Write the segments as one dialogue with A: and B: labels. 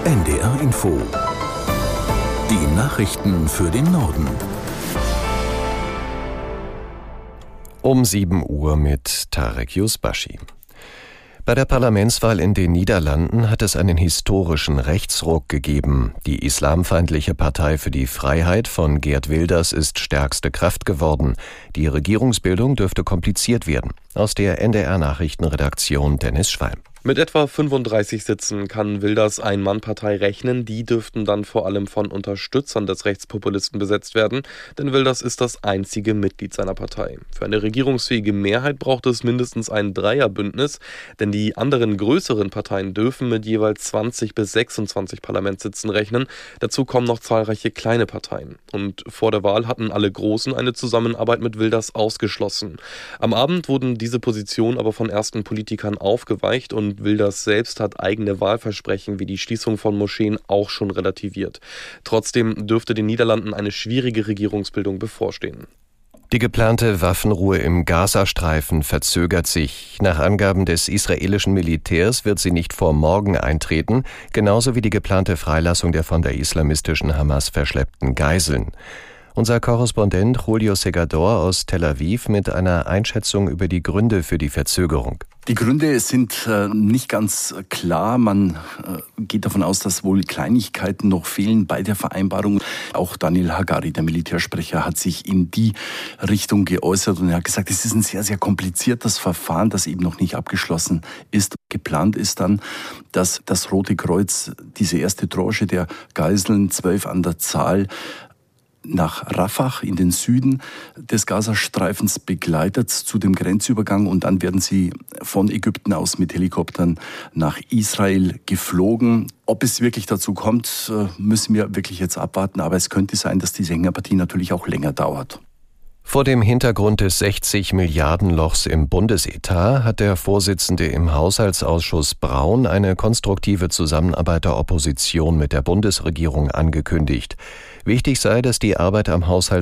A: NDR Info. Die Nachrichten für den Norden.
B: Um 7 Uhr mit Tarek Yusbashi. Bei der Parlamentswahl in den Niederlanden hat es einen historischen Rechtsruck gegeben. Die islamfeindliche Partei für die Freiheit von Geert Wilders ist stärkste Kraft geworden. Die Regierungsbildung dürfte kompliziert werden. Aus der NDR-Nachrichtenredaktion Dennis Schwalm.
C: Mit etwa 35 Sitzen kann Wilders Ein-Mann-Partei rechnen. Die dürften dann vor allem von Unterstützern des Rechtspopulisten besetzt werden, denn Wilders ist das einzige Mitglied seiner Partei. Für eine regierungsfähige Mehrheit braucht es mindestens ein Dreierbündnis, denn die anderen größeren Parteien dürfen mit jeweils 20 bis 26 Parlamentssitzen rechnen. Dazu kommen noch zahlreiche kleine Parteien. Und vor der Wahl hatten alle Großen eine Zusammenarbeit mit Wilders ausgeschlossen. Am Abend wurden diese Positionen aber von ersten Politikern aufgeweicht und Wilders selbst hat eigene Wahlversprechen wie die Schließung von Moscheen auch schon relativiert. Trotzdem dürfte den Niederlanden eine schwierige Regierungsbildung bevorstehen.
B: Die geplante Waffenruhe im Gazastreifen verzögert sich. Nach Angaben des israelischen Militärs wird sie nicht vor morgen eintreten, genauso wie die geplante Freilassung der von der islamistischen Hamas verschleppten Geiseln. Unser Korrespondent Julio Segador aus Tel Aviv mit einer Einschätzung über die Gründe für die Verzögerung.
D: Die Gründe sind nicht ganz klar. Man geht davon aus, dass wohl Kleinigkeiten noch fehlen bei der Vereinbarung. Auch Daniel Hagari, der Militärsprecher, hat sich in die Richtung geäußert und er hat gesagt, es ist ein sehr, sehr kompliziertes Verfahren, das eben noch nicht abgeschlossen ist. Geplant ist dann, dass das Rote Kreuz diese erste Tranche der Geiseln, 12 an der Zahl, nach Rafah in den Süden des Gazastreifens begleitet zu dem Grenzübergang und dann werden sie von Ägypten aus mit Helikoptern nach Israel geflogen. Ob es wirklich dazu kommt, müssen wir wirklich jetzt abwarten, aber es könnte sein, dass diese Hängerpartie natürlich auch länger dauert.
B: Vor dem Hintergrund des 60-Milliarden-Lochs im Bundesetat hat der Vorsitzende im Haushaltsausschuss Braun eine konstruktive Zusammenarbeit der Opposition mit der Bundesregierung angekündigt. Wichtig sei, dass die Arbeit am Haushalt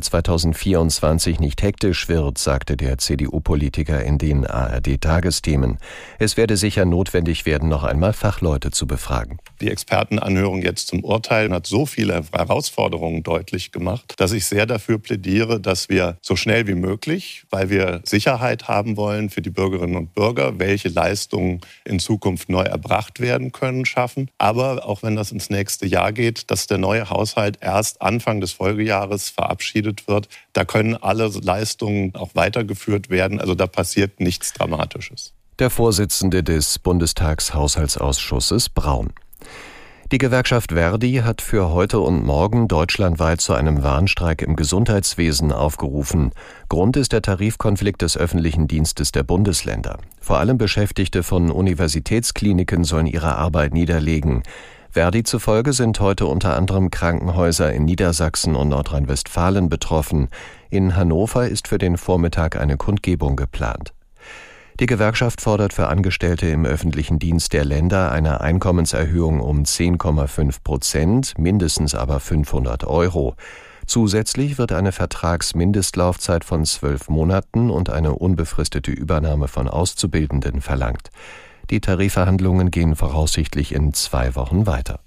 B: 2024 nicht hektisch wird, sagte der CDU-Politiker in den ARD-Tagesthemen. Es werde sicher notwendig werden, noch einmal Fachleute zu befragen.
E: Die Expertenanhörung jetzt zum Urteil hat so viele Herausforderungen deutlich gemacht, dass ich sehr dafür plädiere, dass wir so schnell wie möglich, weil wir Sicherheit haben wollen für die Bürgerinnen und Bürger, welche Leistungen in Zukunft neu erbracht werden können, schaffen. Aber auch wenn das ins nächste Jahr geht, dass der neue Haushalt erst Anfang des Folgejahres verabschiedet wird. Da können alle Leistungen auch weitergeführt werden. Also da passiert nichts Dramatisches.
B: Der Vorsitzende des Bundestagshaushaltsausschusses Braun. Die Gewerkschaft Verdi hat für heute und morgen deutschlandweit zu einem Warnstreik im Gesundheitswesen aufgerufen. Grund ist der Tarifkonflikt des öffentlichen Dienstes der Bundesländer. Vor allem Beschäftigte von Universitätskliniken sollen ihre Arbeit niederlegen. Verdi zufolge sind heute unter anderem Krankenhäuser in Niedersachsen und Nordrhein-Westfalen betroffen. In Hannover ist für den Vormittag eine Kundgebung geplant. Die Gewerkschaft fordert für Angestellte im öffentlichen Dienst der Länder eine Einkommenserhöhung um 10,5%, mindestens aber 500 €. Zusätzlich wird eine Vertragsmindestlaufzeit von 12 Monaten und eine unbefristete Übernahme von Auszubildenden verlangt. Die Tarifverhandlungen gehen voraussichtlich in 2 Wochen weiter.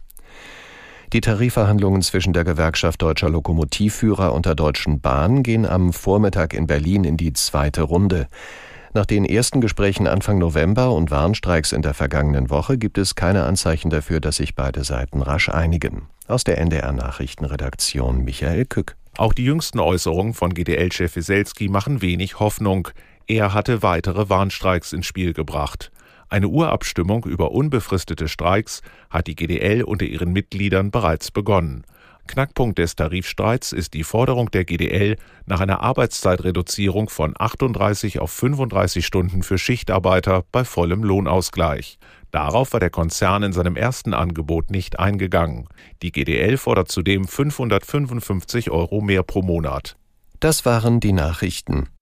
B: Die Tarifverhandlungen zwischen der Gewerkschaft Deutscher Lokomotivführer und der Deutschen Bahn gehen am Vormittag in Berlin in die 2. Runde. Nach den ersten Gesprächen Anfang November und Warnstreiks in der vergangenen Woche gibt es keine Anzeichen dafür, dass sich beide Seiten rasch einigen. Aus der NDR-Nachrichtenredaktion Michael Kück.
F: Auch die jüngsten Äußerungen von GDL-Chef Wieselski machen wenig Hoffnung. Er hatte weitere Warnstreiks ins Spiel gebracht. Eine Urabstimmung über unbefristete Streiks hat die GDL unter ihren Mitgliedern bereits begonnen. Knackpunkt des Tarifstreits ist die Forderung der GDL nach einer Arbeitszeitreduzierung von 38 auf 35 Stunden für Schichtarbeiter bei vollem Lohnausgleich. Darauf war der Konzern in seinem ersten Angebot nicht eingegangen. Die GDL fordert zudem 555 € mehr pro Monat.
B: Das waren die Nachrichten.